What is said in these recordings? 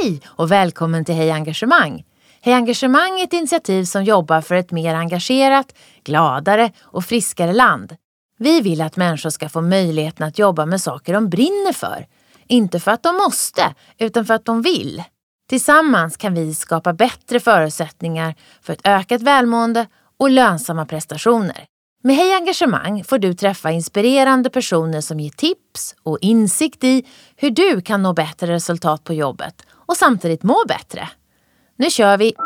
Hej och välkommen till Hej Engagemang. Hej Engagemang är ett initiativ som jobbar för ett mer engagerat, gladare och friskare land. Vi vill att människor ska få möjligheten att jobba med saker de brinner för. Inte för att de måste, utan för att de vill. Tillsammans kan vi skapa bättre förutsättningar för ett ökat välmående och lönsamma prestationer. Med Hej Engagemang får du träffa inspirerande personer som ger tips och insikt i hur du kan nå bättre resultat på jobbet och samtidigt må bättre. Nu kör vi!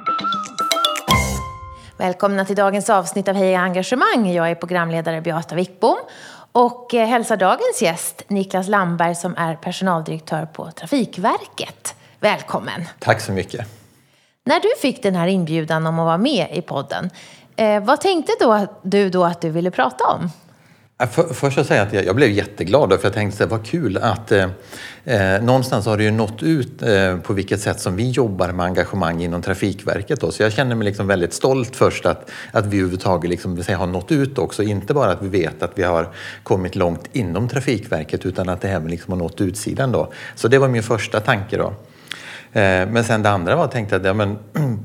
Välkomna till dagens avsnitt av Hej Engagemang. Jag är programledare Beata Wickbom och hälsar dagens gäst Niklas Lamberg som är personaldirektör på Trafikverket. Välkommen! Tack så mycket. När du fick den här inbjudan om att vara med i podden, vad tänkte du då att du ville prata om? Först att säga att jag blev jätteglad för jag tänkte vad kul att någonstans har det ju nått ut på vilket sätt som vi jobbar med engagemang inom Trafikverket då. Så jag känner mig liksom väldigt stolt först att vi överhuvudtaget liksom, har nått ut också. Inte bara att vi vet att vi har kommit långt inom Trafikverket utan att det även liksom har nått utsidan då. Så det var min första tanke då. Men sen det andra var att jag tänkte att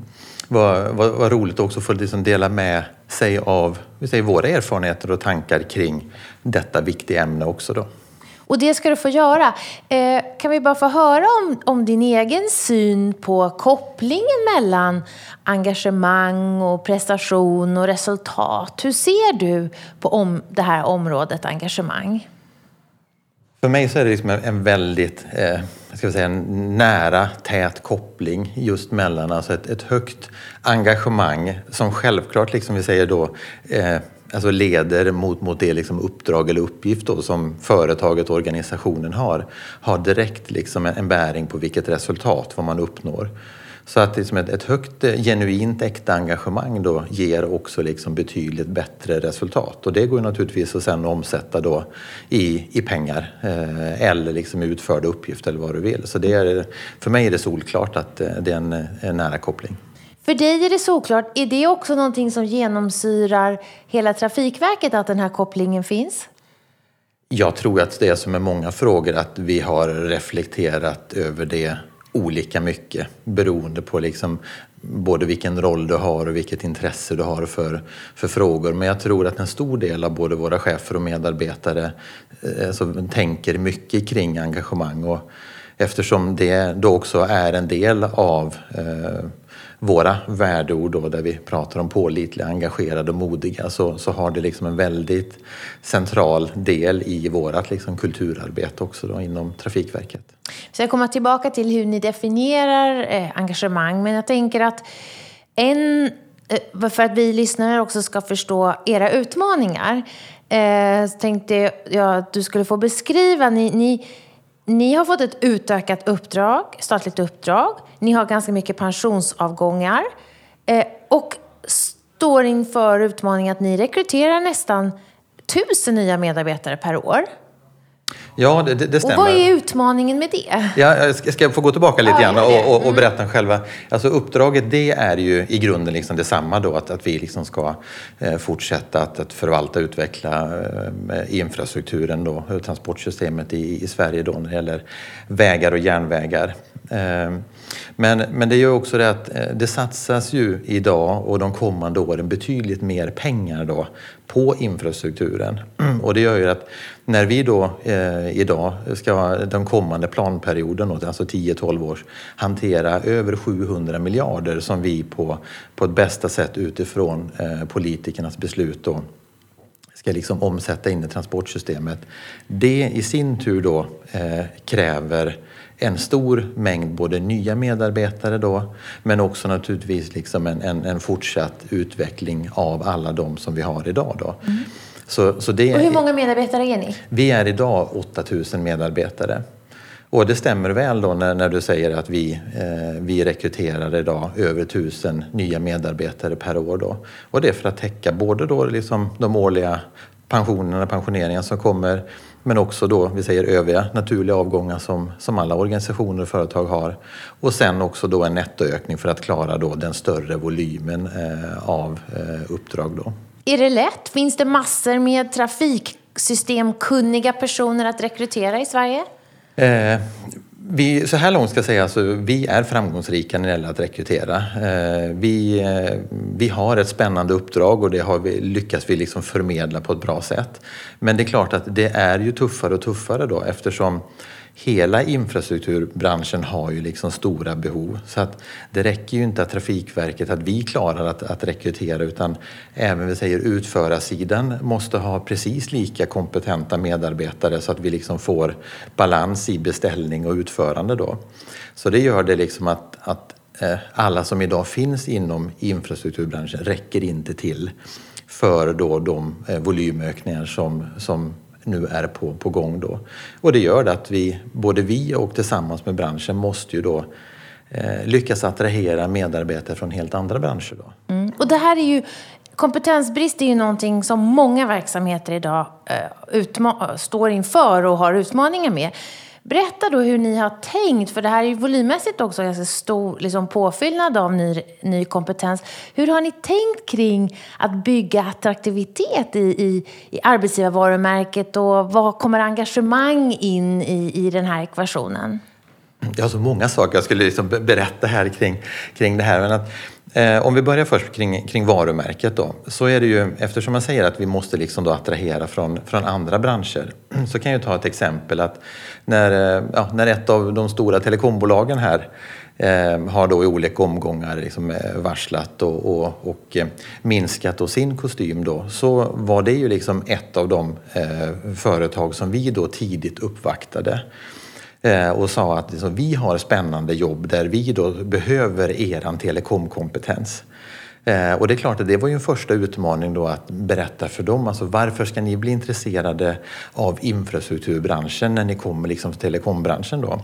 vad roligt också för att liksom dela med sig av våra erfarenheter och tankar kring detta viktiga ämne också då. Och det ska du få göra. Kan vi bara få höra om din egen syn på kopplingen mellan engagemang och prestation och resultat? Hur ser du på det här området engagemang? För mig så är det liksom en väldigt en nära, tät koppling just mellan alltså ett högt engagemang som självklart liksom vi säger då alltså leder mot det liksom uppdrag eller uppgift då som företaget och organisationen har direkt liksom en bäring på vilket resultat vad man uppnår. Så att liksom ett högt genuint äkta engagemang då ger också liksom betydligt bättre resultat. Och det går naturligtvis att sen omsätta då i pengar eller liksom utförda uppgifter eller vad du vill. Så för mig är det solklart att det är en nära koppling. För dig är det såklart. Är det också någonting som genomsyrar hela Trafikverket att den här kopplingen finns? Jag tror att det är som med många frågor att vi har reflekterat över det olika mycket beroende på liksom både vilken roll du har och vilket intresse du har för frågor. Men jag tror att en stor del av både våra chefer och medarbetare tänker mycket kring engagemang. Och eftersom det då också är en del av våra värdeord då, där vi pratar om pålitliga, engagerade och modiga så har det liksom en väldigt central del i vårat liksom kulturarbete också då, inom Trafikverket. Så jag kommer tillbaka till hur ni definierar engagemang, men jag tänker att för att vi lyssnare också ska förstå era utmaningar så tänkte jag att du skulle få beskriva ni har fått ett utökat uppdrag, statligt uppdrag. Ni har ganska mycket pensionsavgångar och står inför utmaningen att ni rekryterar nästan 1000 nya medarbetare per år. Ja, det stämmer. Och vad är utmaningen med det? Ja, jag ska få gå tillbaka lite grann och berätta själva. Alltså uppdraget det är ju i grunden liksom detsamma då att vi liksom ska fortsätta att förvalta och utveckla infrastrukturen då, transportsystemet i Sverige då när det gäller vägar och järnvägar. Men det är ju också det att det satsas ju idag och de kommande åren betydligt mer pengar då på infrastrukturen. Och det gör ju att när vi då idag ska den kommande planperioden, alltså 10-12 år, hantera över 700 miljarder som vi på ett bästa sätt utifrån politikernas beslut då ska liksom omsätta in i transportsystemet. Det i sin tur då kräver en stor mängd både nya medarbetare då, men också naturligtvis liksom en fortsatt utveckling av alla de som vi har idag då. Mm. Så det, och hur många medarbetare är ni? Vi är idag 8000 medarbetare. Och det stämmer väl då när du säger att vi rekryterar idag över 1000 nya medarbetare per år då. Och det är för att täcka både då liksom de årliga pensioneringar som kommer, men också då vi säger övriga naturliga avgångar som alla organisationer och företag har. Och sen också då en nettoökning för att klara då den större volymen av uppdrag då. Är det lätt? Finns det massor med trafiksystemkunniga personer att rekrytera i Sverige? Så här långt ska jag säga, alltså, vi är framgångsrika när det gäller att rekrytera. Vi har ett spännande uppdrag och det lyckas vi liksom förmedla på ett bra sätt. Men det är klart att det är ju tuffare och tuffare då, eftersom hela infrastrukturbranschen har ju liksom stora behov. Så att det räcker ju inte att Trafikverket, att vi klarar att rekrytera, utan även vi säger utförarsidan måste ha precis lika kompetenta medarbetare så att vi liksom får balans i beställning och utförande då. Så det gör det liksom att alla som idag finns inom infrastrukturbranschen räcker inte till för då de volymökningar som nu är på gång då. Och det gör det att både vi och tillsammans med branschen måste ju då lyckas attrahera medarbetare från helt andra branscher då. Och det här är ju, kompetensbrist är ju någonting som många verksamheter idag står inför och har utmaningar med. Berätta då hur ni har tänkt, för det här är ju volymmässigt också ganska stor liksom påfyllnad av ny kompetens. Hur har ni tänkt kring att bygga attraktivitet i arbetsgivarvarumärket, och vad kommer engagemang in i den här ekvationen? Det är så många saker jag skulle liksom berätta här kring det här. Men att, om vi börjar först kring varumärket då, så är det ju, eftersom man säger att vi måste liksom då attrahera från andra branscher, så kan jag ta ett exempel att när ett av de stora telekombolagen här har då i olika omgångar liksom varslat och minskat då sin kostym då, så var det ju liksom ett av de företag som vi då tidigt uppvaktade. Och sa att liksom, vi har spännande jobb där vi då behöver eran telekomkompetens. Och det är klart att det var ju en första utmaning då att berätta för dem, alltså varför ska ni bli intresserade av infrastrukturbranschen när ni kommer liksom till telekombranschen då.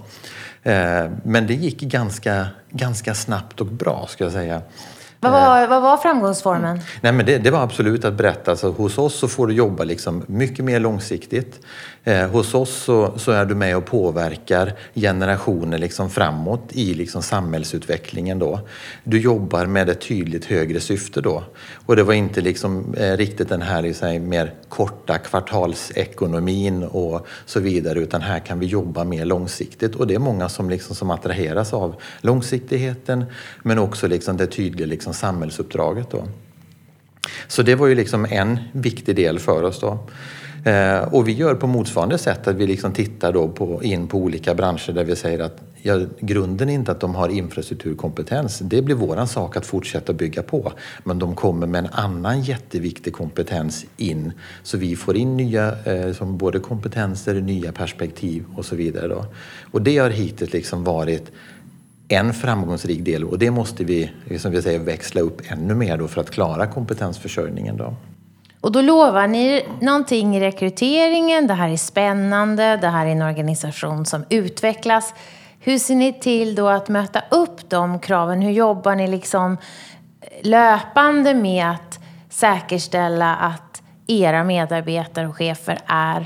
Men det gick ganska snabbt och bra, ska jag säga. Vad var framgångsformen? Nej, men det var absolut att berätta. Alltså, hos oss så får du jobba liksom mycket mer långsiktigt. Hos oss så är du med och påverkar generationer liksom framåt i liksom samhällsutvecklingen då. Du jobbar med ett tydligt högre syfte då. Och det var inte liksom riktigt den här liksom, mer korta kvartalsekonomin och så vidare, utan här kan vi jobba mer långsiktigt. Och det är många som attraheras av långsiktigheten, men också liksom det tydliga liksom samhällsuppdraget då. Så det var ju liksom en viktig del för oss då. Och vi gör på motsvarande sätt att vi liksom tittar då in på olika branscher där vi säger att grunden är inte att de har infrastrukturkompetens. Det blir våran sak att fortsätta bygga på. Men de kommer med en annan jätteviktig kompetens in. Så vi får in nya som både kompetenser, nya perspektiv och så vidare då. Och det har hittills liksom varit en framgångsrik del, och det måste vi, som vi säger, växla upp ännu mer då för att klara kompetensförsörjningen då. Och då lovar ni någonting i rekryteringen, det här är spännande, det här är en organisation som utvecklas. Hur ser ni till då att möta upp de kraven? Hur jobbar ni liksom löpande med att säkerställa att era medarbetare och chefer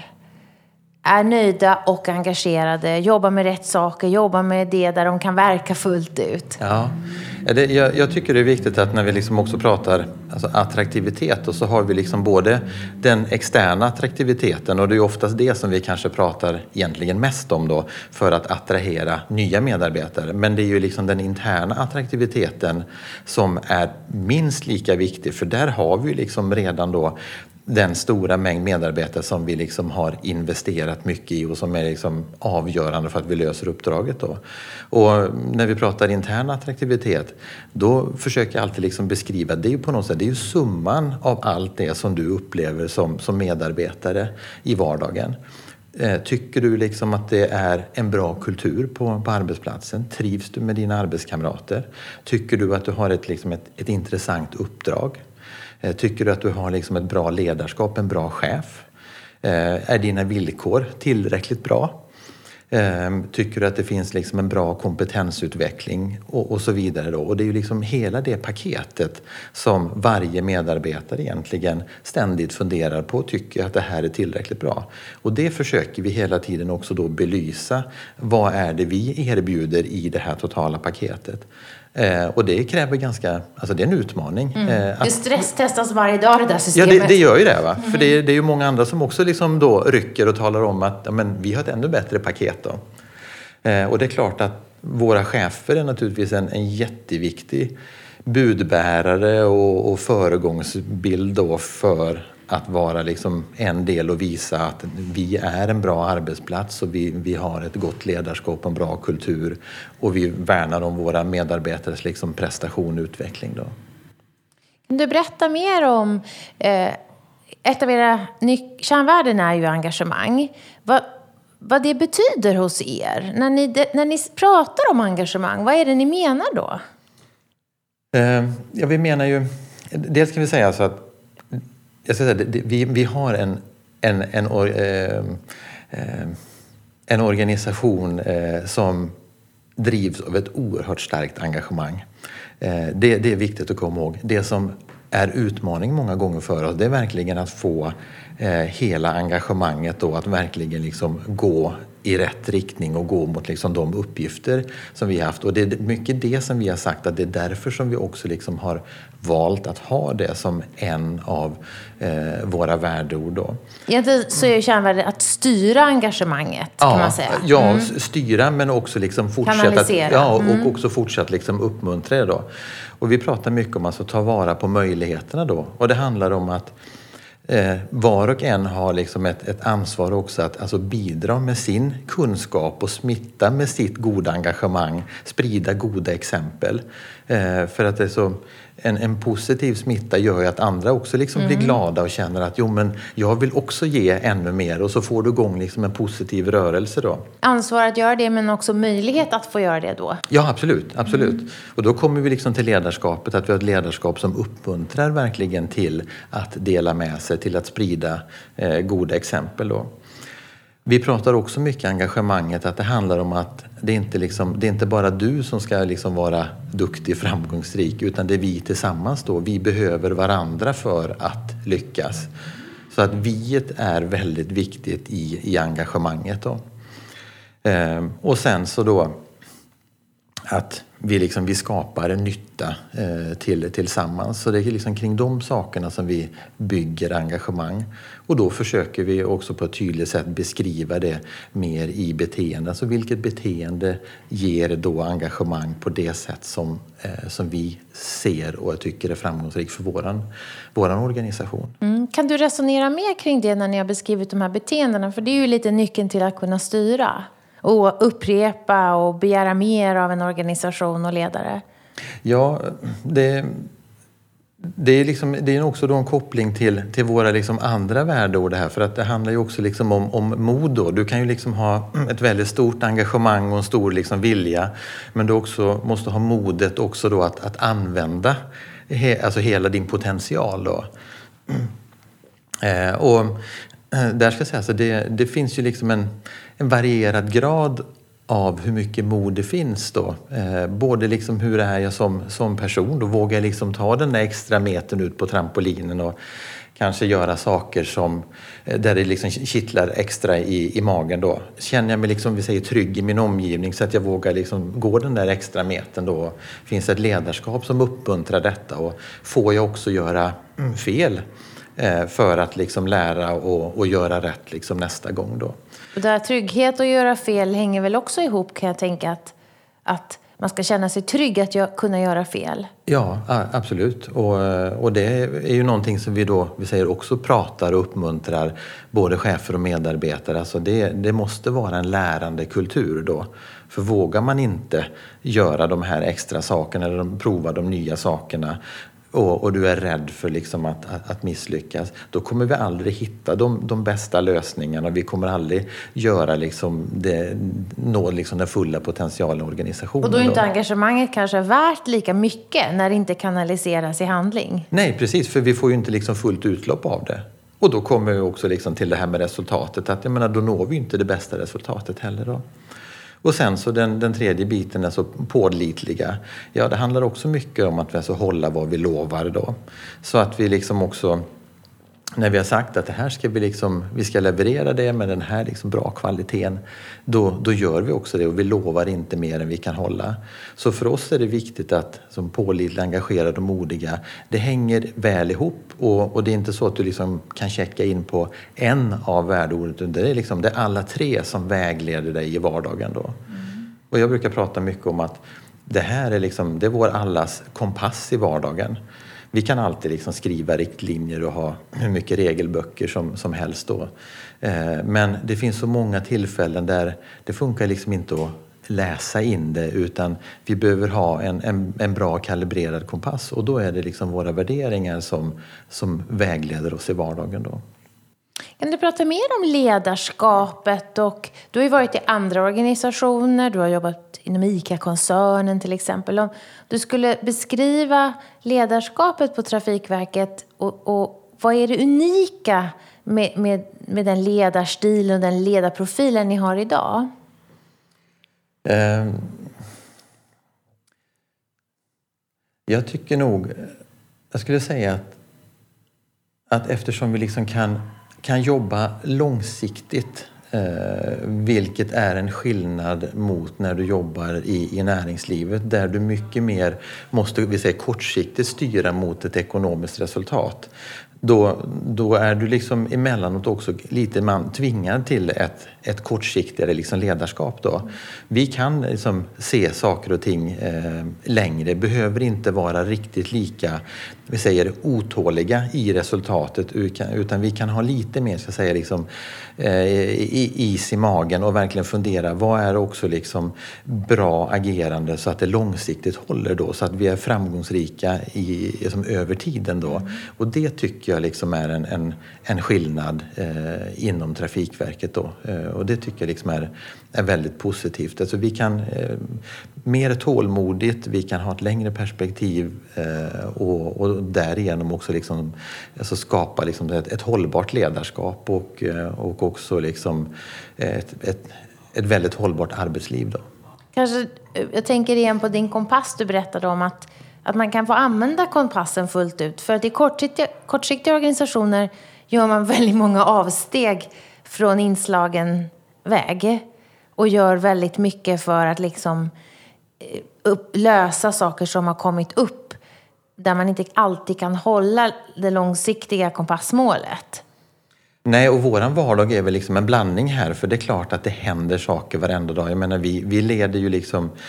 är nöjda och engagerade, jobbar med rätt saker, jobbar med det där de kan verka fullt ut? Ja, jag tycker det är viktigt att när vi liksom också pratar alltså attraktivitet, och så har vi liksom både den externa attraktiviteten, och det är oftast det som vi kanske pratar egentligen mest om då för att attrahera nya medarbetare. Men det är ju liksom den interna attraktiviteten som är minst lika viktig, för där har vi liksom redan då den stora mängd medarbetare som vi liksom har investerat mycket i och som är liksom avgörande för att vi löser uppdraget då. Och när vi pratar intern attraktivitet, då försöker jag alltid liksom beskriva, det är ju på något sätt, det är ju summan av allt det som du upplever som medarbetare i vardagen. Tycker du liksom att det är en bra kultur på arbetsplatsen? Trivs du med dina arbetskamrater? Tycker du att du har ett intressant uppdrag? Tycker du att du har liksom ett bra ledarskap, en bra chef? Är dina villkor tillräckligt bra? Tycker du att det finns liksom en bra kompetensutveckling och så vidare då? Och det är ju liksom hela det paketet som varje medarbetare egentligen ständigt funderar på. Tycker att det här är tillräckligt bra? Och det försöker vi hela tiden också då belysa. Vad är det vi erbjuder i det här totala paketet? Och det kräver det är en utmaning. Det stresstestas varje dag, det där systemet. Ja, det gör ju det, va? För det är ju många andra som också liksom då rycker och talar om att men vi har ett ännu bättre paket då. Och det är klart att våra chefer är naturligtvis en jätteviktig budbärare och föregångsbild då för att vara liksom en del och visa att vi är en bra arbetsplats och vi har ett gott ledarskap och en bra kultur och vi värnar om våra medarbetares liksom prestation och utveckling då. Kan du berätta mer om ett av era kärnvärden är ju engagemang. Vad det betyder hos er? När ni pratar om engagemang, vad är det ni menar då? Ja, vi menar ju... Dels kan vi säga så att vi har en organisation som drivs av ett oerhört starkt engagemang. Det är viktigt att komma ihåg. Det som är utmaning många gånger för oss, det är verkligen att få hela engagemanget då att verkligen liksom gå i rätt riktning och gå mot liksom de uppgifter som vi har haft. Och det är mycket det som vi har sagt att det är därför som vi också liksom har valt att ha det som en av våra värdeord då. Egentligen så är ju kärnvärdet att styra engagemanget, kan man säga. Ja, styra men också liksom fortsätta och också fortsätta liksom uppmuntra det då. Och vi pratar mycket om att ta vara på möjligheterna då. Och det handlar om att var och en har liksom ett ansvar också att alltså bidra med sin kunskap och smitta med sitt goda engagemang, sprida goda exempel. För att det är så, en positiv smitta gör ju att andra också liksom blir glada och känner att jo men jag vill också ge ännu mer och så får du igång liksom en positiv rörelse då. Ansvar att göra det men också möjlighet att få göra det då? Ja, absolut. Och då kommer vi liksom till ledarskapet, att vi har ett ledarskap som uppmuntrar verkligen till att dela med sig, till att sprida goda exempel då. Vi pratar också mycket engagemanget att det handlar om att det är inte bara du som ska liksom vara duktig, framgångsrik, utan det är vi tillsammans då. Vi behöver varandra för att lyckas. Så att viet är väldigt viktigt i engagemanget då. Och sen så då att vi skapar en nytta tillsammans. Så det är liksom kring de sakerna som vi bygger engagemang. Och då försöker vi också på ett tydligt sätt beskriva det mer i beteende. Alltså vilket beteende ger då engagemang på det sätt som vi ser och tycker är framgångsrikt för våran organisation. Kan du resonera mer kring det när ni har beskrivit de här beteendena? För det är ju lite nyckeln till att kunna styra. Och upprepa och begära mer av en organisation och ledare? Ja, det är också då en koppling till våra liksom andra värdeord här. För att det handlar ju också liksom om mod då. Du kan ju liksom ha ett väldigt stort engagemang och en stor liksom vilja. Men du också måste ha modet också då att använda alltså hela din potential då. Och där ska jag säga så det finns ju liksom en varierad grad av hur mycket mod det finns då. Både liksom hur är jag som person, då vågar jag liksom ta den där extra metern ut på trampolinen och kanske göra saker där det liksom kittlar extra i magen då. Känner jag mig liksom, vi säger, trygg i min omgivning så att jag vågar liksom gå den där extra metern då. Finns ett ledarskap som uppmuntrar detta och får jag också göra fel för att liksom lära och göra rätt liksom nästa gång då. Och där trygghet och göra fel hänger väl också ihop, kan jag tänka, att man ska känna sig trygg att kunna göra fel. Ja, absolut. Och det är ju någonting som vi säger också pratar och uppmuntrar både chefer och medarbetare. Alltså det måste vara en lärande kultur då. För vågar man inte göra de här extra sakerna eller prova de nya sakerna och du är rädd för liksom att misslyckas, då kommer vi aldrig hitta de bästa lösningarna. Vi kommer aldrig göra nå den fulla potentialen i organisationen. Och då är inte engagemanget kanske värt lika mycket när det inte kanaliseras i handling? Nej, precis, för vi får ju inte liksom fullt utlopp av det. Och då kommer vi också liksom till det här med resultatet, att då når vi inte det bästa resultatet heller då. Och sen så den tredje biten är så pålitliga. Ja, det handlar också mycket om att vi alltså hålla vad vi lovar då. Så att vi liksom också, när vi har sagt att det här ska vi ska leverera det med den här liksom bra kvaliteten, då gör vi också det och vi lovar inte mer än vi kan hålla. Så för oss är det viktigt att som pålitliga, engagerade och modiga, det hänger väl ihop och det är inte så att du liksom kan checka in på en av värdeorden. Det är alla tre som vägleder dig i vardagen då. Och jag brukar prata mycket om att det här är, det är vår allas kompass i vardagen. Vi kan alltid skriva riktlinjer och ha hur mycket regelböcker som helst då. Men det finns så många tillfällen där det funkar inte att läsa in det, utan vi behöver ha en bra kalibrerad kompass, och då är det våra värderingar som vägleder oss i vardagen då. Kan du prata mer om ledarskapet? Och du har ju varit i andra organisationer, du har jobbat inom ICA-koncernen till exempel. Om du skulle beskriva ledarskapet på Trafikverket och vad är det unika med den ledarstil och den ledarprofilen ni har idag? Jag tycker nog, jag skulle säga att eftersom vi kan jobba långsiktigt, vilket är en skillnad mot när du jobbar i näringslivet, där du mycket mer måste kortsiktigt styra mot ett ekonomiskt resultat. Då är du emellanåt också lite tvingad till ett kortsiktigare ledarskap då. Vi kan se saker och ting längre, behöver inte vara riktigt lika otåliga i resultatet, utan vi kan ha lite mer is i magen och verkligen fundera, vad är också bra agerande så att det långsiktigt håller då, så att vi är framgångsrika över tiden då. Och det tycker jag är en skillnad inom Trafikverket då. Och det tycker jag är väldigt positivt. Alltså vi kan mer tålmodigt, vi kan ha ett längre perspektiv och därigenom också skapa ett hållbart ledarskap och också ett väldigt hållbart arbetsliv då. Kanske, jag tänker igen på din kompass du berättade om, att man kan få använda kompassen fullt ut. För att i kortsiktiga organisationer gör man väldigt många avsteg från inslagen väg. Och gör väldigt mycket för att lösa saker som har kommit upp. Där man inte alltid kan hålla det långsiktiga kompassmålet. Nej, och våran vardag är väl en blandning här, för det är klart att det händer saker varenda dag. Jag menar, vi leder ju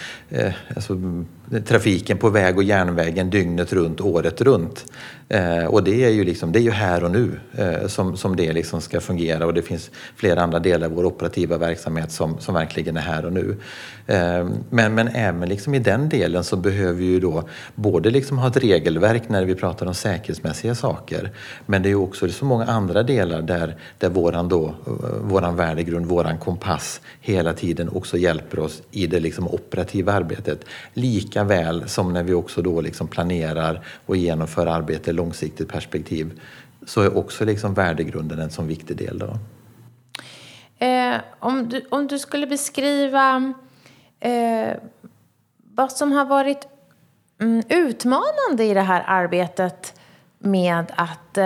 trafiken på väg och järnvägen dygnet runt, året runt. Och det är ju det är ju här och nu som det ska fungera, och det finns flera andra delar av vår operativa verksamhet som verkligen är här och nu. Men även i den delen så behöver vi ju då både ha ett regelverk när vi pratar om säkerhetsmässiga saker, men det är ju också så många andra delar där våran värdegrund, våran kompass hela tiden också hjälper oss i det operativa arbetet, lika väl som när vi också då planerar och genomför arbete i långsiktigt perspektiv, så är också värdegrunden en sån viktig del då. Om du skulle beskriva vad som har varit utmanande i det här arbetet med att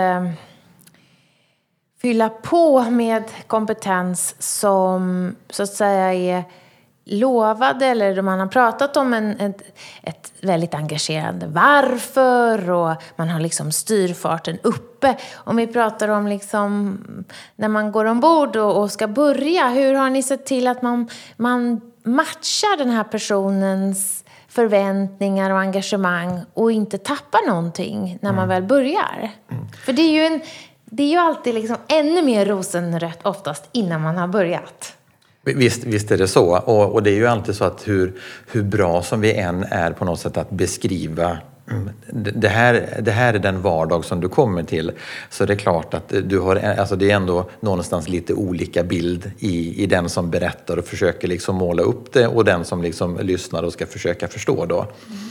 fylla på med kompetens som så att säga är lovade, eller man har pratat om ett väldigt engagerande varför, och man har styrfarten uppe. Om vi pratar om när man går ombord och ska börja, hur har ni sett till att man matchar den här personens förväntningar och engagemang och inte tappar någonting när man väl börjar? För det är ju alltid ännu mer rosenrött oftast innan man har börjat. Visst är det så, och det är ju alltid så att hur bra som vi än är på något sätt att beskriva det här är den vardag som du kommer till, så det är klart att du har, det är ändå någonstans lite olika bild i den som berättar och försöker måla upp det, och den som lyssnar och ska försöka förstå då.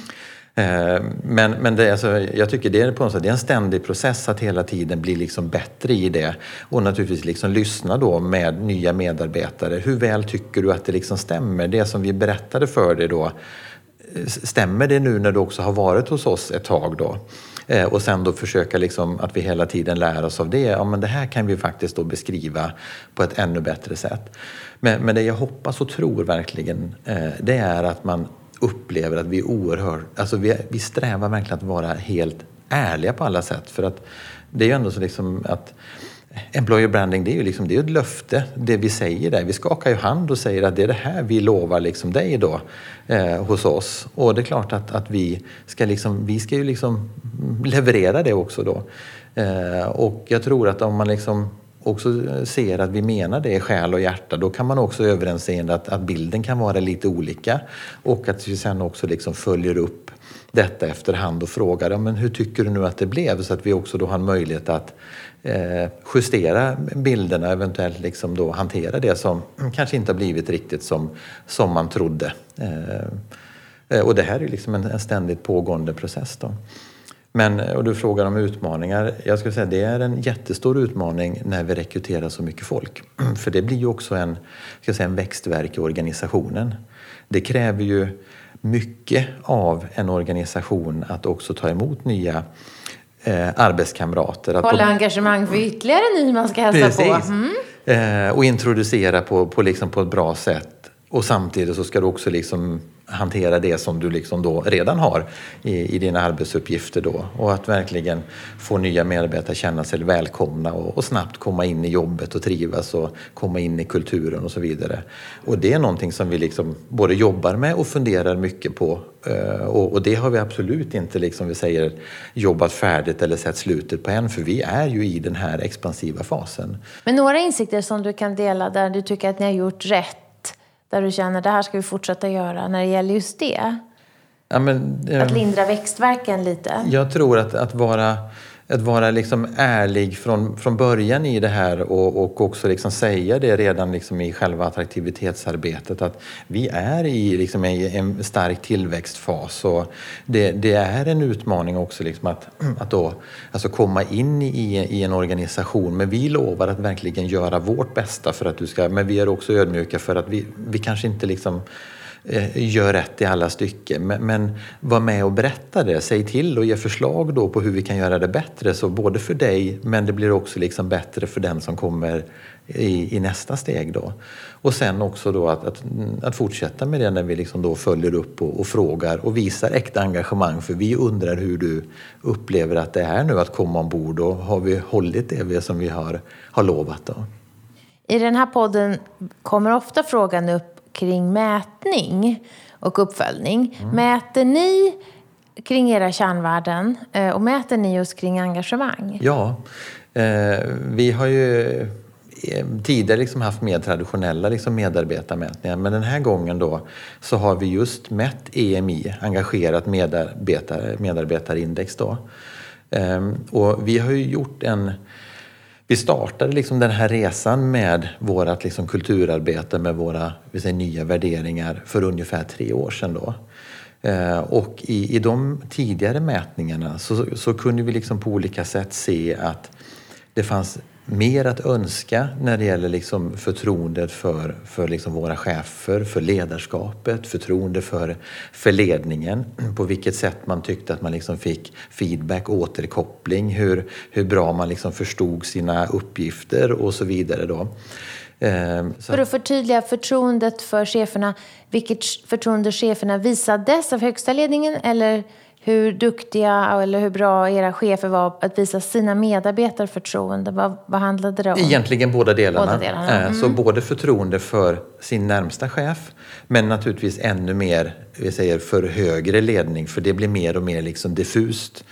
Men det, jag tycker det är på något sätt, det är en ständig process att hela tiden bli bättre i det, och naturligtvis lyssna då med nya medarbetare. Hur väl tycker du att det stämmer? Det som vi berättade för dig då, stämmer det nu när du också har varit hos oss ett tag då? Och sen då försöka att vi hela tiden lär oss av det. Ja, men det här kan vi faktiskt då beskriva på ett ännu bättre sätt. Men det jag hoppas och tror verkligen, det är att man upplever att vi är oerhört, vi strävar verkligen att vara helt ärliga på alla sätt, för att det är ju ändå så att employer branding, det är ju liksom, det är ett löfte. Det vi säger där, vi skakar ju hand och säger att det är det här vi lovar liksom dig då hos oss. Och det är klart att vi ska ju liksom leverera det också då. Och jag tror att om man liksom också ser att vi menar det i själ och hjärta, då kan man också överensstämma att bilden kan vara lite olika, och att vi sen också liksom följer upp detta efterhand och frågar, men hur tycker du nu att det blev, så att vi också då har en möjlighet att justera bilderna, eventuellt liksom då hantera det som kanske inte har blivit riktigt som man trodde. Och det här är liksom en ständigt pågående process då. Och du frågar om utmaningar. Jag skulle säga att det är en jättestor utmaning när vi rekryterar så mycket folk. För det blir ju också en växtverk i organisationen. Det kräver ju mycket av en organisation att också ta emot nya arbetskamrater. Hålla engagemang för ytterligare ny man ska hälsa på. Och introducera på ett bra sätt. Och samtidigt så ska du också liksom hantera det som du liksom då redan har i dina arbetsuppgifter då. Och att verkligen få nya medarbetare känna sig välkomna och snabbt komma in i jobbet och trivas och komma in i kulturen och så vidare. Och det är någonting som vi liksom både jobbar med och funderar mycket på. Och det har vi absolut inte liksom vi säger jobbat färdigt eller sett slutet på än, för vi är ju i den här expansiva fasen. Men några insikter som du kan dela där du tycker att ni har gjort rätt, där du känner att det här ska vi fortsätta göra när det gäller just det? Ja, att lindra växtverken lite? Jag tror att vara liksom ärlig från början i det här och också liksom säga det redan liksom i själva attraktivitetsarbetet, att vi är i en stark tillväxtfas, och det är en utmaning också liksom att då alltså komma in i en organisation, men vi lovar att verkligen göra vårt bästa för att du ska, men vi är också ödmjuka för att vi kanske inte liksom gör rätt i alla stycken, men var med och berätta det, säg till och ge förslag då på hur vi kan göra det bättre, så både för dig, men det blir också liksom bättre för den som kommer i nästa steg då. Och sen också då att fortsätta med det när vi liksom då följer upp och frågar och visar äkta engagemang, för vi undrar hur du upplever att det är nu att komma ombord, och har vi hållit det som vi har lovat då. I den här podden kommer ofta frågan upp kring mätning och uppföljning. Mäter ni kring era kärnvärden och mäter ni just kring engagemang? Ja, vi har ju tidigare liksom haft mer traditionella liksom medarbetarmätningar, men den här gången då så har vi just mätt EMI, engagerat medarbetarindex då. Och vi har ju gjort vi startade liksom den här resan med vårat liksom kulturarbete med våra nya värderingar för ungefär 3 år sedan då. Och i de tidigare mätningarna så kunde vi liksom på olika sätt se att det fanns mer att önska när det gäller liksom förtroendet för liksom våra chefer, för ledarskapet, förtroende för ledningen, på vilket sätt man tyckte att man liksom fick feedback, återkoppling, hur bra man liksom förstod sina uppgifter och så vidare då. För att förtydliga förtroendet för cheferna, vilket förtroende cheferna visades av högsta ledningen, eller hur duktiga eller hur bra era chefer var att visa sina medarbetare förtroende? Vad handlade det om? Egentligen båda delarna. Så både förtroende för sin närmsta chef, men naturligtvis ännu mer för högre ledning, för det blir mer och mer liksom diffust.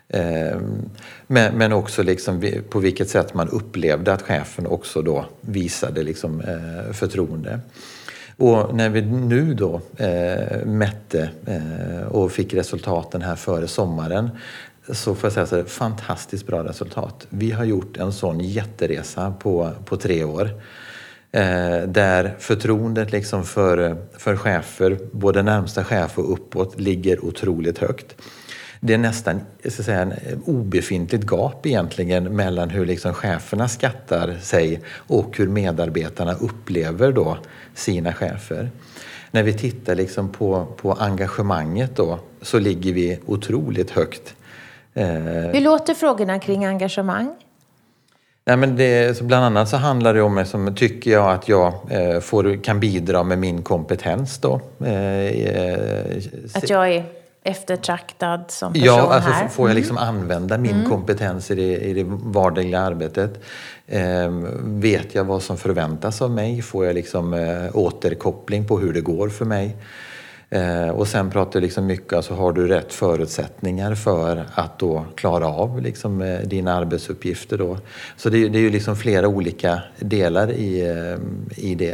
Men också liksom på vilket sätt man upplevde att chefen också då visade liksom förtroende. Och när vi nu då mätte och fick resultaten här före sommaren, så får jag säga så här, fantastiskt bra resultat. Vi har gjort en sån jätteresa på 3 år. Där förtroendet liksom för chefer, både närmsta chef och uppåt, ligger otroligt högt. Det är nästan en obefintligt gap egentligen mellan hur liksom cheferna skattar sig och hur medarbetarna upplever då sina chefer. När vi tittar liksom på engagemanget då, så ligger vi otroligt högt. Hur låter frågorna kring engagemang? Nej, men bland annat så handlar det om, som tycker jag att jag kan bidra med min kompetens då. Att jag är eftertraktad som person Ja, alltså här? får jag liksom använda min kompetens i det vardagliga arbetet? Vet jag vad som förväntas av mig? Får jag liksom återkoppling på hur det går för mig? Och sen pratar jag liksom mycket, alltså har du rätt förutsättningar för att då klara av liksom dina arbetsuppgifter då? Så det är ju liksom flera olika delar i det.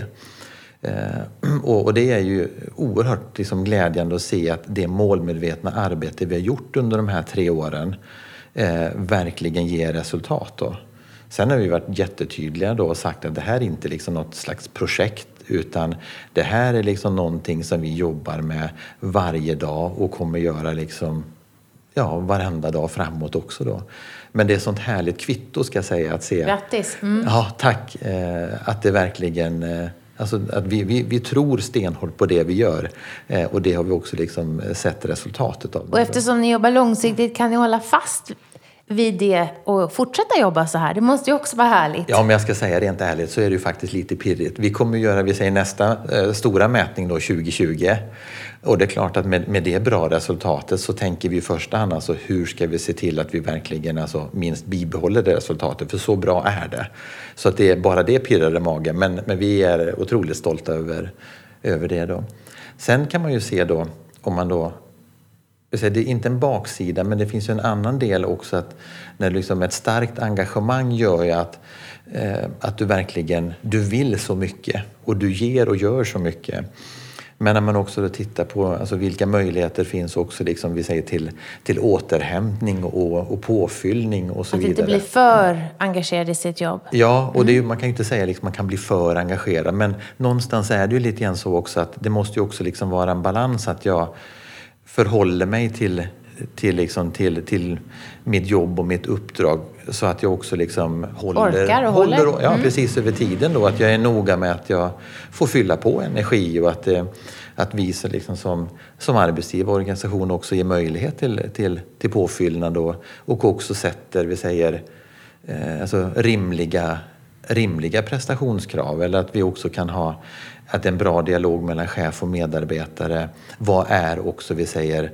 Och det är ju oerhört liksom glädjande att se att det målmedvetna arbete vi har gjort under de här 3 åren verkligen ger resultat då. Sen har vi varit jättetydliga då och sagt att det här är inte liksom något slags projekt, utan det här är liksom någonting som vi jobbar med varje dag och kommer göra liksom, ja, varenda dag framåt också då. Men det är sånt härligt kvitto, ska jag säga, att se. Grattis! Ja, tack. Att det verkligen, alltså att vi tror stenhårt på det vi gör, och det har vi också liksom sett resultatet av. Och eftersom ni jobbar långsiktigt, kan ni hålla fast vid det och fortsätta jobba så här? Det måste ju också vara härligt. Ja, om jag ska säga rent ärligt så är det ju faktiskt lite pirrigt. Vi kommer göra, vi säger nästa stora mätning då 2020. Och det är klart att med det bra resultatet så tänker vi i första hand alltså hur ska vi se till att vi verkligen alltså minst bibehåller det resultatet. För så bra är det. Så att det är bara det pirrar i magen. Men vi är otroligt stolta över det då. Sen kan man ju se då, om man då, det är inte en baksida, men det finns ju en annan del också, att när liksom ett starkt engagemang gör ju att du verkligen, du vill så mycket och du ger och gör så mycket. Men när man också då tittar på alltså vilka möjligheter finns också liksom, vi säger till återhämtning och påfyllning och så vidare. Att inte bli för engagerad i sitt jobb. Ja, och det är ju, man kan ju inte säga liksom man kan bli för engagerad, men någonstans är det ju lite grann så också att det måste ju också liksom vara en balans, att jag förhåller mig till mitt jobb och mitt uppdrag så att jag också liksom håller. Ja, precis, över tiden då, att jag är noga med att jag får fylla på energi och att visa liksom som arbetsgivare och organisation också ger möjlighet till påfyllnad då, och också sätter, vi säger, alltså rimliga prestationskrav, eller att vi också kan ha att en bra dialog mellan chef och medarbetare. Vad är också, vi säger,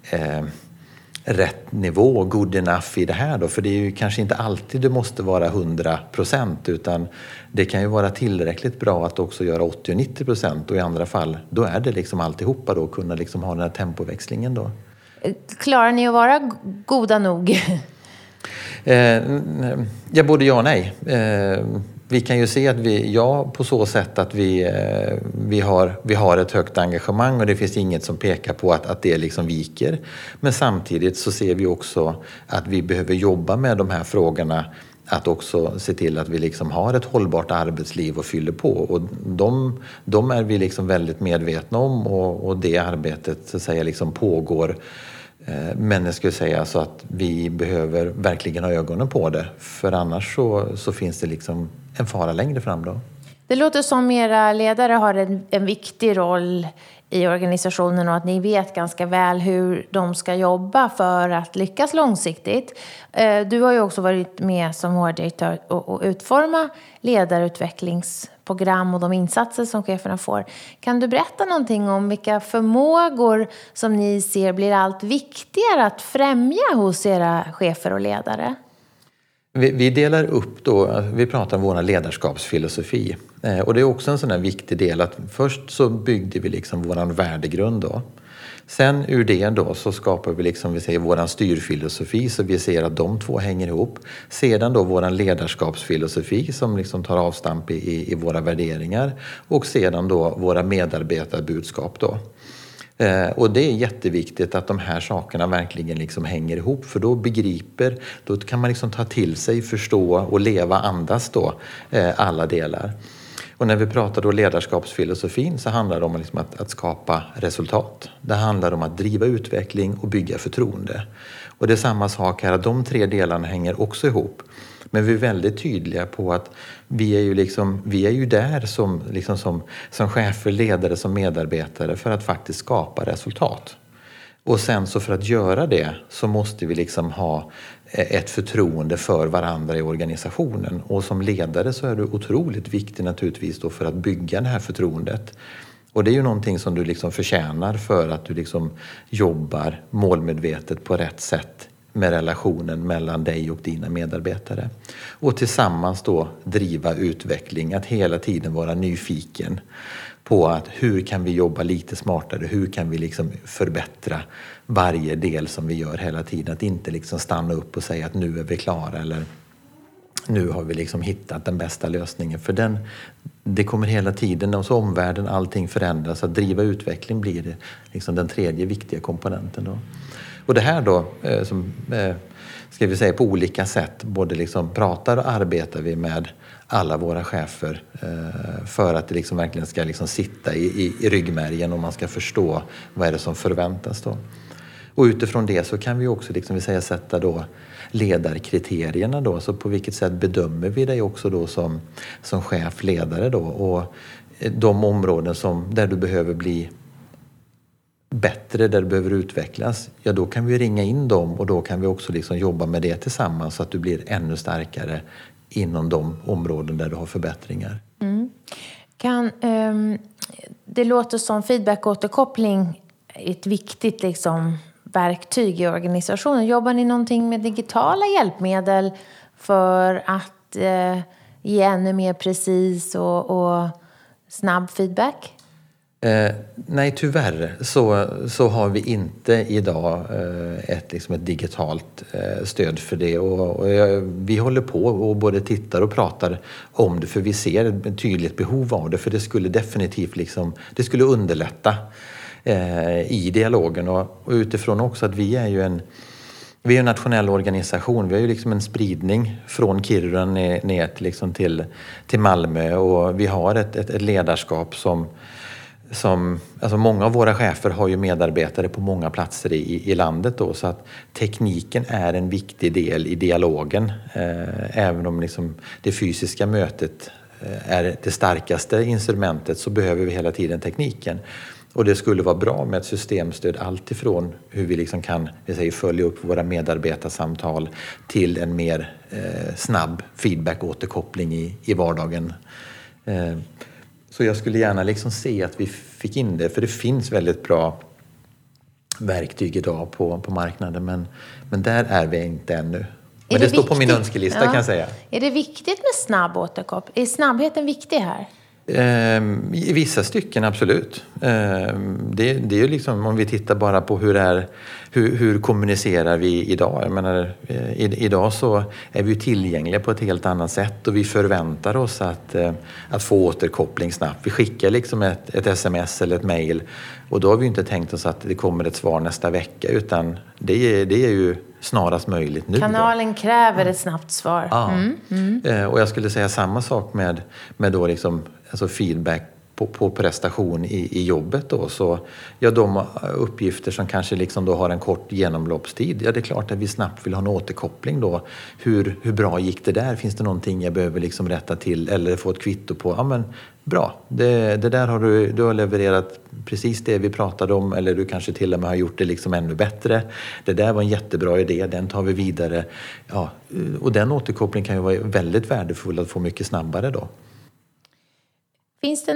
rätt nivå, good enough i det här då? För det är ju kanske inte alltid det måste vara 100%, utan det kan ju vara tillräckligt bra att också göra 80-90%, och i andra fall då är det liksom alltihopa då, kunna liksom ha den här tempoväxlingen då. Klarar ni att vara goda nog? Ja, både ja och nej. Vi kan ju se att på så sätt att vi har ett högt engagemang, och det finns inget som pekar på att det liksom viker. Men samtidigt så ser vi också att vi behöver jobba med de här frågorna, att också se till att vi liksom har ett hållbart arbetsliv och fyller på. Och de är vi liksom väldigt medvetna om, och det arbetet så att säga liksom pågår. Men jag skulle säga så att vi behöver verkligen ha ögonen på det, för annars så finns det liksom en fara längre fram då. Det låter som era ledare har en viktig roll i organisationen, och att ni vet ganska väl hur de ska jobba för att lyckas långsiktigt. Du har ju också varit med som HR-direktör och utforma ledarutvecklingsprogram och de insatser som cheferna får. Kan du berätta någonting om vilka förmågor som ni ser blir allt viktigare att främja hos era chefer och ledare? Vi delar upp då, vi pratar om vår ledarskapsfilosofi. Och det är också en sån här viktig del, att först så byggde vi liksom våran värdegrund då. Sen ur det då så skapar vi liksom, vi säger, våran styrfilosofi, så vi ser att de två hänger ihop. Sedan då våran ledarskapsfilosofi som liksom tar avstamp i våra värderingar, och sedan då våra medarbetarbudskap då. Och det är jätteviktigt att de här sakerna verkligen liksom hänger ihop, för då kan man liksom ta till sig, förstå och leva, andas då alla delar. Och när vi pratar då ledarskapsfilosofin så handlar det om liksom att skapa resultat. Det handlar om att driva utveckling och bygga förtroende. Och det är samma sak här, att de 3 delarna hänger också ihop. Men vi är väldigt tydliga på att vi är ju där som chefer, ledare, som medarbetare, för att faktiskt skapa resultat. Och sen så för att göra det så måste vi liksom ha ett förtroende för varandra i organisationen. Och som ledare så är det otroligt viktigt naturligtvis då för att bygga det här förtroendet. Och det är ju någonting som du liksom förtjänar för att du liksom jobbar målmedvetet på rätt sätt med relationen mellan dig och dina medarbetare. Och tillsammans då driva utveckling, att hela tiden vara nyfiken på att hur kan vi jobba lite smartare, hur kan vi liksom förbättra varje del som vi gör hela tiden. Att inte liksom stanna upp och säga att nu är vi klara eller nu har vi liksom hittat den bästa lösningen. För det kommer hela tiden, och så omvärlden, allting förändras. Att driva utveckling blir det liksom den tredje viktiga komponenten då. Och det här då, ska vi säga på olika sätt, både liksom pratar och arbetar vi med alla våra chefer för att det liksom verkligen ska liksom sitta i ryggmärgen och man ska förstå vad är det som förväntas då. Och utifrån det så kan vi också liksom, sätta då ledarkriterierna då, så på vilket sätt bedömer vi dig också då som chef, ledare då, och de områden där du behöver bli bättre, där du behöver utvecklas, ja då kan vi ringa in dem och då kan vi också liksom jobba med det tillsammans så att du blir ännu starkare inom de områden där du har förbättringar. Det låter som feedback-återkoppling ett viktigt liksom verktyg i organisationen. Jobbar ni någonting med digitala hjälpmedel för att ge ännu mer precis och snabb feedback? Nej, tyvärr så har vi inte idag ett digitalt stöd för det. Och vi håller på och både tittar och pratar om det, för vi ser ett tydligt behov av det. För det skulle definitivt det skulle underlätta i dialogen. Och utifrån också att vi är en nationell organisation. Vi har ju liksom en spridning från Kiruna ner till Malmö. Och vi har ett ledarskap som alltså många av våra chefer har ju medarbetare på många platser i landet då, så att tekniken är en viktig del i dialogen. Även om det fysiska mötet är det starkaste instrumentet, så behöver vi hela tiden tekniken. Och det skulle vara bra med ett systemstöd alltifrån hur vi kan följa upp våra medarbetarsamtal till en mer snabb feedback-återkoppling i vardagen. Så jag skulle gärna se att vi fick in det, för det finns väldigt bra verktyg idag på marknaden, men där är vi inte ännu. Men det står på min önskelista kan jag säga. Är det viktigt med snabb återkoppling? Är snabbheten viktig här? I vissa stycken absolut. Det är ju om vi tittar bara på hur kommunicerar vi idag. Jag menar, idag så är vi tillgängliga på ett helt annat sätt och vi förväntar oss att få återkoppling snabbt. Vi skickar ett sms eller ett mejl och då har vi inte tänkt oss att det kommer ett svar nästa vecka, utan det är ju snarast möjligt nu. Kanalen kräver ett snabbt svar. Ja. Och jag skulle säga samma sak med då alltså feedback på prestation i jobbet då. Så ja, de uppgifter som kanske då har en kort genomloppstid, ja det är klart att vi snabbt vill ha en återkoppling då. Hur bra gick det där? Finns det någonting jag behöver rätta till eller få ett kvitto på? Ja men bra, det där har du har levererat precis det vi pratade om, eller du kanske till och med har gjort det ännu bättre. Det där var en jättebra idé, den tar vi vidare. Ja, och den återkopplingen kan ju vara väldigt värdefull att få mycket snabbare då. Finns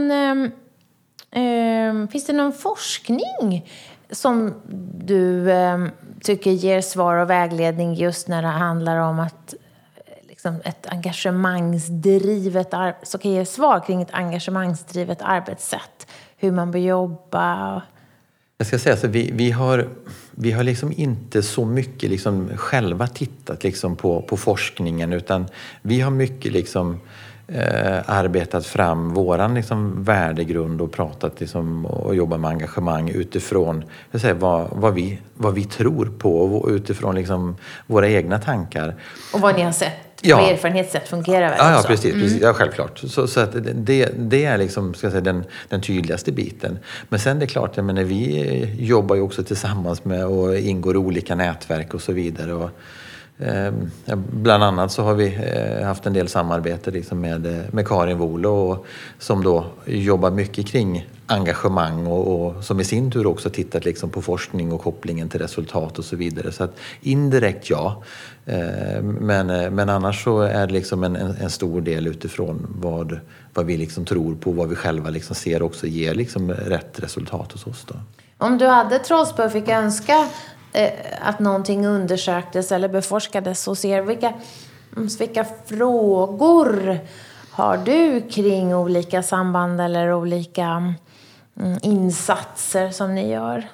det någon forskning som du tycker ger svar och vägledning just när det handlar om att ett engagemangsdrivet så kan ge svar kring ett engagemangsdrivet arbetssätt, hur man bör jobba? Jag ska säga så vi har inte så mycket själva tittat på forskningen, utan vi har mycket arbetat fram våran värdegrund och pratat och jobbat med engagemang utifrån vad vi tror på och utifrån våra egna tankar. Och vad ni har sett på erfarenhetssätt fungerar väl ja, också? Precis. Ja, självklart. Så att det är ska jag säga, den tydligaste biten. Men sen det är klart, vi jobbar ju också tillsammans med och ingår i olika nätverk och så vidare. Bland annat så har vi haft en del samarbete liksom med Karin Wolo som då jobbar mycket kring engagemang och som i sin tur också tittat liksom på forskning och kopplingen till resultat och så vidare. Så att indirekt ja, men annars så är det liksom en stor del utifrån vad vi liksom tror på, vad vi själva liksom ser också ger liksom rätt resultat hos oss då. Om du hade trollspö och fick önska att någonting undersöktes eller beforskades, så ser vilka frågor har du kring olika samband eller olika insatser som ni gör?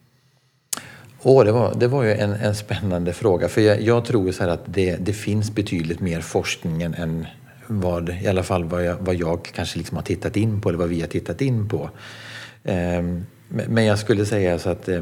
Det var ju en spännande fråga, för jag tror så här att det finns betydligt mer forskning än i alla fall vad jag kanske liksom har tittat in på eller vad vi har tittat in på. Men jag skulle säga så att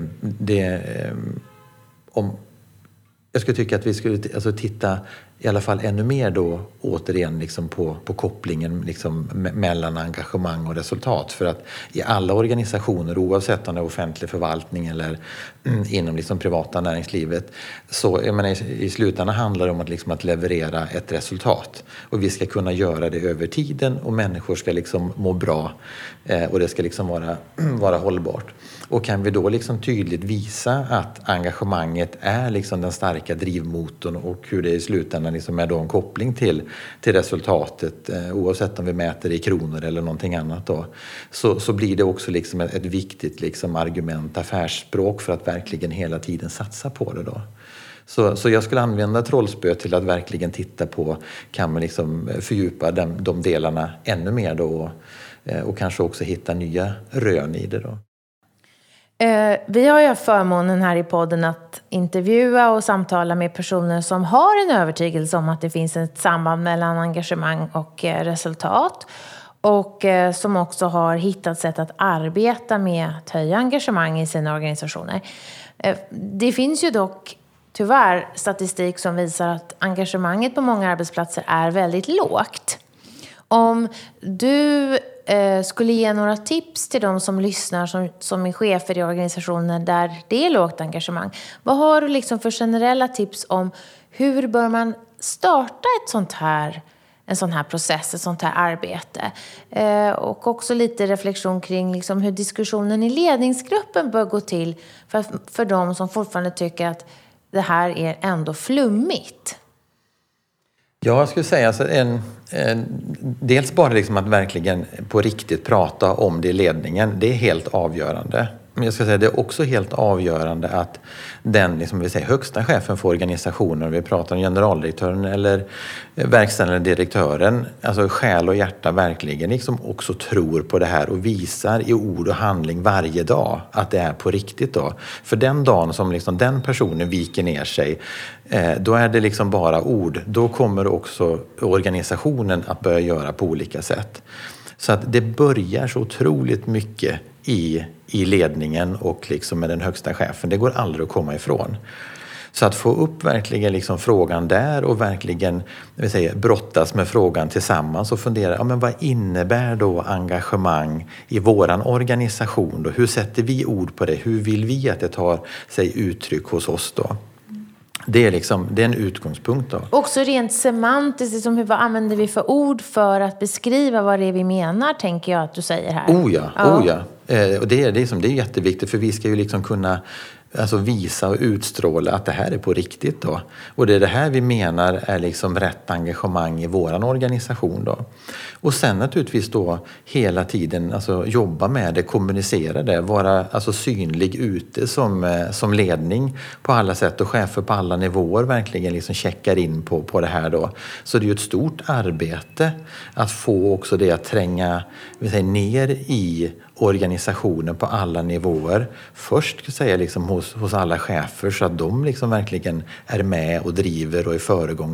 jag skulle tycka att vi skulle titta i alla fall ännu mer då återigen liksom på kopplingen liksom mellan engagemang och resultat. För att i alla organisationer, oavsett om det är offentlig förvaltning eller inom liksom privata näringslivet, så jag menar, i slutändan handlar det om att leverera ett resultat. Och vi ska kunna göra det över tiden och människor ska liksom må bra och det ska liksom vara hållbart. Och kan vi då liksom tydligt visa att engagemanget är liksom den starka drivmotorn och hur det i slutändan liksom är då en koppling till resultatet, oavsett om vi mäter i kronor eller någonting annat då, så blir det också liksom ett viktigt liksom argument, affärsspråk för att verkligen hela tiden satsa på det då. Så jag skulle använda trollspö till att verkligen titta på, kan man liksom fördjupa de delarna ännu mer då och kanske också hitta nya rön i det då. Vi har ju förmånen här i podden att intervjua och samtala med personer som har en övertygelse om att det finns ett samband mellan engagemang och resultat. Och som också har hittat sätt att arbeta med att höja engagemang i sina organisationer. Det finns ju dock tyvärr statistik som visar att engagemanget på många arbetsplatser är väldigt lågt. Om du skulle ge några tips till de som lyssnar som är chefer i organisationer där det är lågt engagemang. Vad har du liksom för generella tips om hur bör man starta en sån här process, ett sånt här arbete? Och också lite reflektion kring liksom hur diskussionen i ledningsgruppen bör gå till för de som fortfarande tycker att det här är ändå flummigt. Ja, jag skulle säga alltså dels bara liksom att verkligen på riktigt prata om det i ledningen, det är helt avgörande. Men jag ska säga det är också helt avgörande att den liksom vi säger, högsta chefen för organisationen, vi pratar om generaldirektören eller verkställande direktören, alltså själ och hjärta verkligen liksom också tror på det här och visar i ord och handling varje dag att det är på riktigt då. För den dagen som liksom den personen viker ner sig, då är det liksom bara ord. Då kommer också organisationen att börja göra på olika sätt. Så att det börjar så otroligt mycket i ledningen och liksom med den högsta chefen. Det går aldrig att komma ifrån. Så att få upp verkligen liksom frågan där och verkligen brottas med frågan tillsammans och fundera, men vad innebär då engagemang i våran organisation då? Hur sätter vi ord på det? Hur vill vi att det tar sig uttryck hos oss då? Det är en utgångspunkt då. Också rent semantiskt, liksom, vad använder vi för ord för att beskriva vad det är vi menar, tänker jag att du säger här. Oh ja. Och det är jätteviktigt, för vi ska ju liksom kunna visa och utstråla att det här är på riktigt då. Och det är det här vi menar är liksom rätt engagemang i våran organisation då. Och sen naturligtvis då hela tiden jobba med det, kommunicera det, vara synlig ute som ledning på alla sätt och chefer på alla nivåer verkligen liksom checkar in på det här då. Så det är ju ett stort arbete att få också det att tränga ner i organisationen på alla nivåer. Först ska jag säga liksom hos alla chefer så att de liksom verkligen är med och driver och är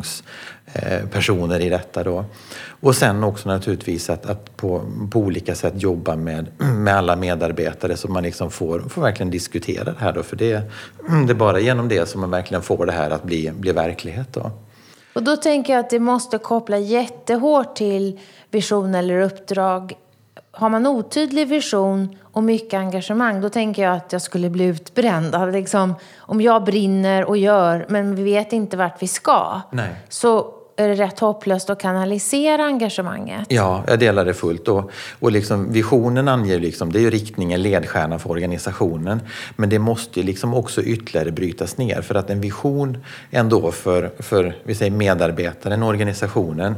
föregångspersoner i detta då. Och sen också naturligtvis att på olika sätt jobba med alla medarbetare så man liksom får verkligen diskutera det här då. För det är bara genom det som man verkligen får det här att bli verklighet då. Och då tänker jag att det måste koppla jättehårt till vision eller uppdrag har man otydlig vision och mycket engagemang, då tänker jag att jag skulle bli utbränd. Liksom, om jag brinner och gör, men vi vet inte vart vi ska. Nej. Så är det rätt hopplöst att kanalisera engagemanget. Ja, jag delar det fullt. Och liksom visionen anger liksom, det är ju riktningen, ledstjärnan för organisationen. Men det måste ju liksom också ytterligare brytas ner. För att en vision ändå för vi säger medarbetaren, organisationen,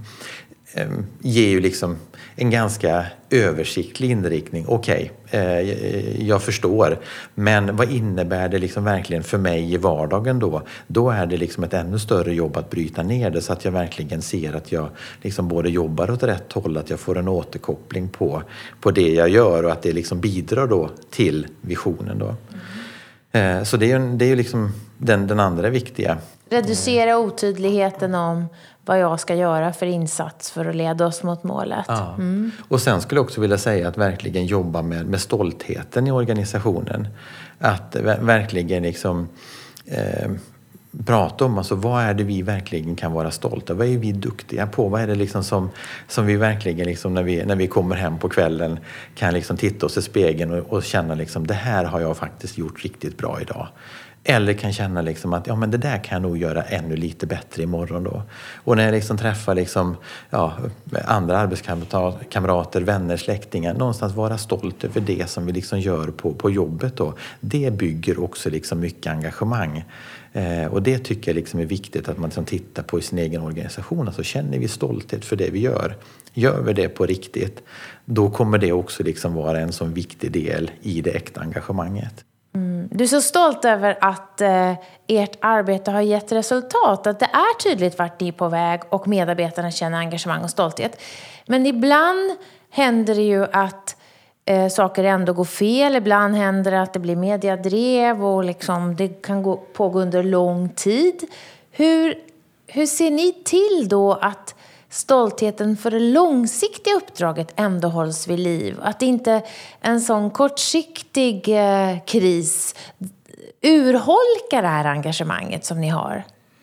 ger ju liksom en ganska översiktlig inriktning. Okej, jag förstår. Men vad innebär det liksom verkligen för mig i vardagen då? Då är det liksom ett ännu större jobb att bryta ner det så att jag verkligen ser att jag liksom både jobbar åt rätt håll, att jag får en återkoppling på det jag gör och att det liksom bidrar då till visionen då. Så det är ju liksom den andra viktiga. Reducera otydligheten om vad jag ska göra för insats för att leda oss mot målet. Ja. Och sen skulle jag också vilja säga att verkligen jobba med stoltheten i organisationen. Att verkligen liksom prata om alltså, vad är det vi verkligen kan vara stolta. Vad är vi duktiga på? Vad är det liksom som vi verkligen liksom, när vi kommer hem på kvällen kan liksom titta oss i spegeln och känna liksom, det här har jag faktiskt gjort riktigt bra idag. Eller kan känna liksom att ja, men det där kan jag nog göra ännu lite bättre imorgon då. Och när jag liksom träffar liksom, andra arbetskamrater, vänner, släktingar. Någonstans vara stolt över det som vi liksom gör på jobbet då. Det bygger också liksom mycket engagemang. Och det tycker jag liksom är viktigt att man liksom tittar på i sin egen organisation. Alltså känner vi stolthet för det vi gör. Gör vi det på riktigt. Då kommer det också liksom vara en sån viktig del i det äkta engagemanget. Du är så stolt över att ert arbete har gett resultat. Att det är tydligt vart ni är på väg och medarbetarna känner engagemang och stolthet. Men ibland händer det ju att saker ändå går fel. Ibland händer det att det blir mediadrev och liksom, det kan pågå under lång tid. Hur ser ni till då att stoltheten för det långsiktiga uppdraget ändå hålls vid liv? Att inte en sån kortsiktig kris urholkar det här engagemanget som ni har?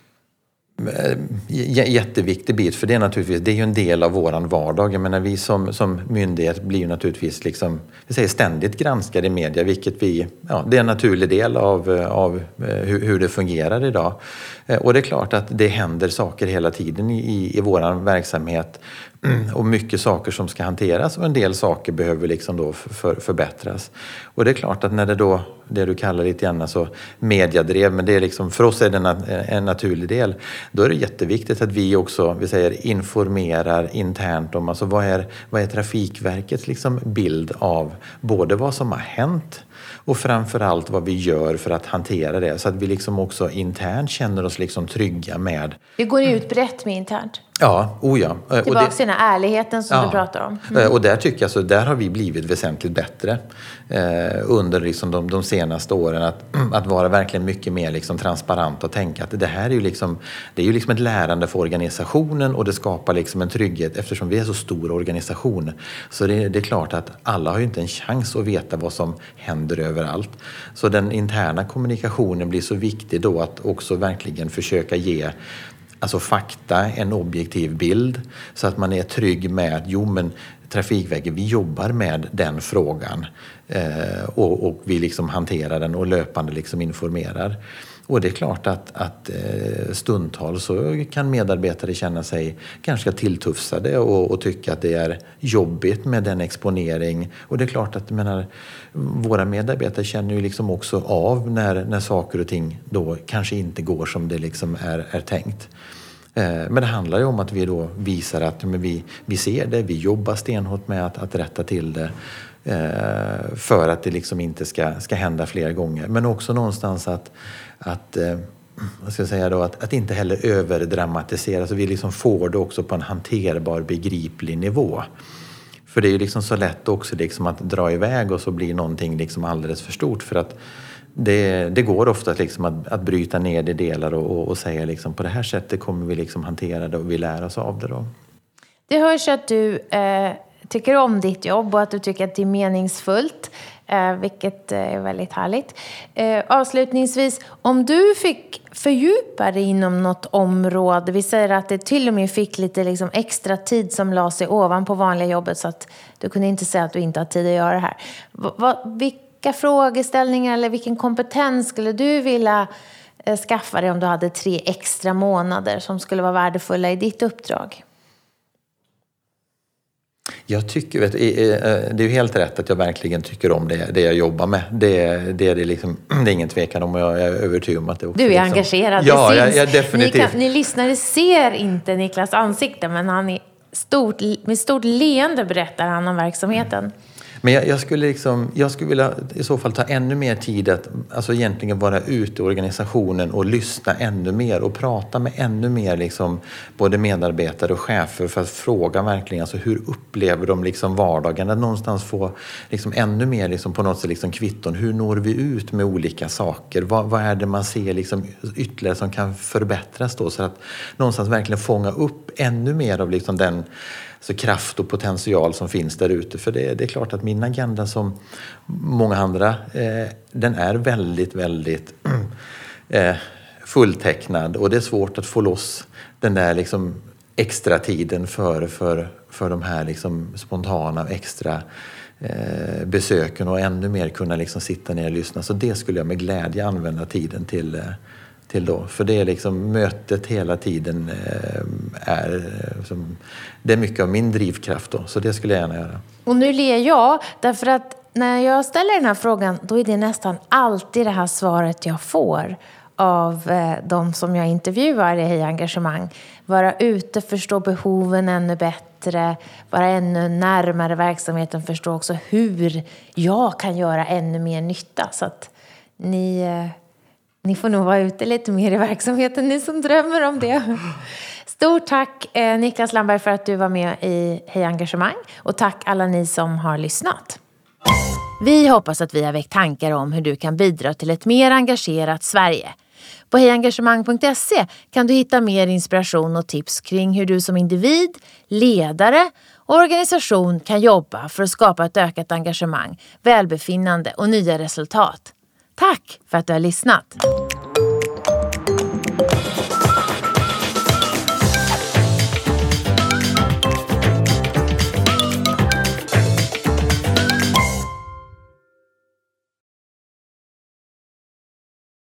Jätteviktig bit, för det är naturligtvis, det är ju en del av våran vardag. Jag menar, vi som myndighet blir ju naturligtvis liksom, vi säger ständigt granskade i media, vilket det är en naturlig del av hur det fungerar idag. Och det är klart att det händer saker hela tiden i våran verksamhet och mycket saker som ska hanteras och en del saker behöver liksom då förbättras. Och det är klart att när det du kallar lite grann alltså mediadrev, men det är liksom, för oss är det en naturlig del, då är det jätteviktigt att vi också, vi säger, informerar internt om alltså vad är Trafikverkets liksom bild av både vad som har hänt och framförallt vad vi gör för att hantera det, så att vi liksom också internt känner oss liksom trygga med. Vi går ut brett med internt. Ja, Tillbaka till den här ärligheten som du pratar om. Och där tycker jag, så där har vi blivit väsentligt bättre under liksom de senaste åren att vara verkligen mycket mer liksom transparent och tänka att det här är ju liksom, det är ju liksom ett lärande för organisationen och det skapar liksom en trygghet eftersom vi är så stor organisation. Så det är klart att alla har ju inte en chans att veta vad som händer överallt. Så den interna kommunikationen blir så viktig då att också verkligen försöka ge alltså fakta, en objektiv bild så att man är trygg med att Trafikverket, vi jobbar med den frågan och vi liksom hanterar den och löpande liksom informerar. Och det är klart att stundtals så kan medarbetare känna sig ganska tilltufsade och tycka att det är jobbigt med den exponering. Och det är klart att våra medarbetare känner ju liksom också av när saker och ting då kanske inte går som det liksom är tänkt. Men det handlar ju om att vi då visar att vi ser det, vi jobbar stenhårt med att rätta till det för att det liksom inte ska hända fler gånger. Men också någonstans att inte heller överdramatisera, så vi liksom får det också på en hanterbar, begriplig nivå. För det är ju liksom så lätt också liksom att dra iväg och så blir någonting liksom alldeles för stort, för att det går ofta liksom att bryta ner det i delar och säga liksom på det här sättet kommer vi liksom hantera det och vi lär oss av det då. Det hörs att du tycker om ditt jobb och att du tycker att det är meningsfullt. vilket är väldigt härligt. Avslutningsvis, om du fick fördjupa dig inom något område, vi säger att det till och med fick lite liksom extra tid som la sig ovanpå vanliga jobbet så att du kunde inte säga att du inte har tid att göra det här. Vilka frågeställningar eller vilken kompetens skulle du vilja skaffa dig om du hade 3 extra månader som skulle vara värdefulla i ditt uppdrag? Jag tycker, det är ju helt rätt att jag verkligen tycker om det jag jobbar med. Det är ingen tvekan om, och jag är övertygad om att det också... Du är engagerad, ja, det syns. Jag definitivt. Ni lyssnare ser inte Niklas ansikte, men han är med stort leende berättar han om verksamheten. Men jag skulle vilja i så fall ta ännu mer tid att alltså egentligen vara ute i organisationen och lyssna ännu mer och prata med ännu mer liksom både medarbetare och chefer för att fråga verkligen alltså hur upplever de liksom vardagen, att någonstans få liksom ännu mer liksom på något sätt liksom kvitton, hur når vi ut med olika saker, vad är det man ser liksom ytterligare som kan förbättras då, så att någonstans verkligen fånga upp ännu mer av liksom den så kraft och potential som finns där ute. För det är klart att min agenda som många andra, den är väldigt, väldigt fulltecknad. Och det är svårt att få loss den där liksom extra tiden för de här liksom spontana extra besöken och ännu mer kunna liksom sitta ner och lyssna. Så det skulle jag med glädje använda tiden till då. För det är liksom mötet hela tiden det är mycket av min drivkraft då. Så det skulle jag gärna göra. Och nu ler jag därför att när jag ställer den här frågan då är det nästan alltid det här svaret jag får av de som jag intervjuar i Heja Engagemang. Vara ute, förstå behoven ännu bättre, vara ännu närmare verksamheten, förstå också hur jag kan göra ännu mer nytta. Så att ni får nog vara ute lite mer i verksamheten, ni som drömmer om det. Stort tack Niklas Landberg för att du var med i Heja Engagemang. Och tack alla ni som har lyssnat. Vi hoppas att vi har väckt tankar om hur du kan bidra till ett mer engagerat Sverige. På hejaengagemang.se kan du hitta mer inspiration och tips kring hur du som individ, ledare och organisation kan jobba för att skapa ett ökat engagemang, välbefinnande och nya resultat. Tack för att du har lyssnat!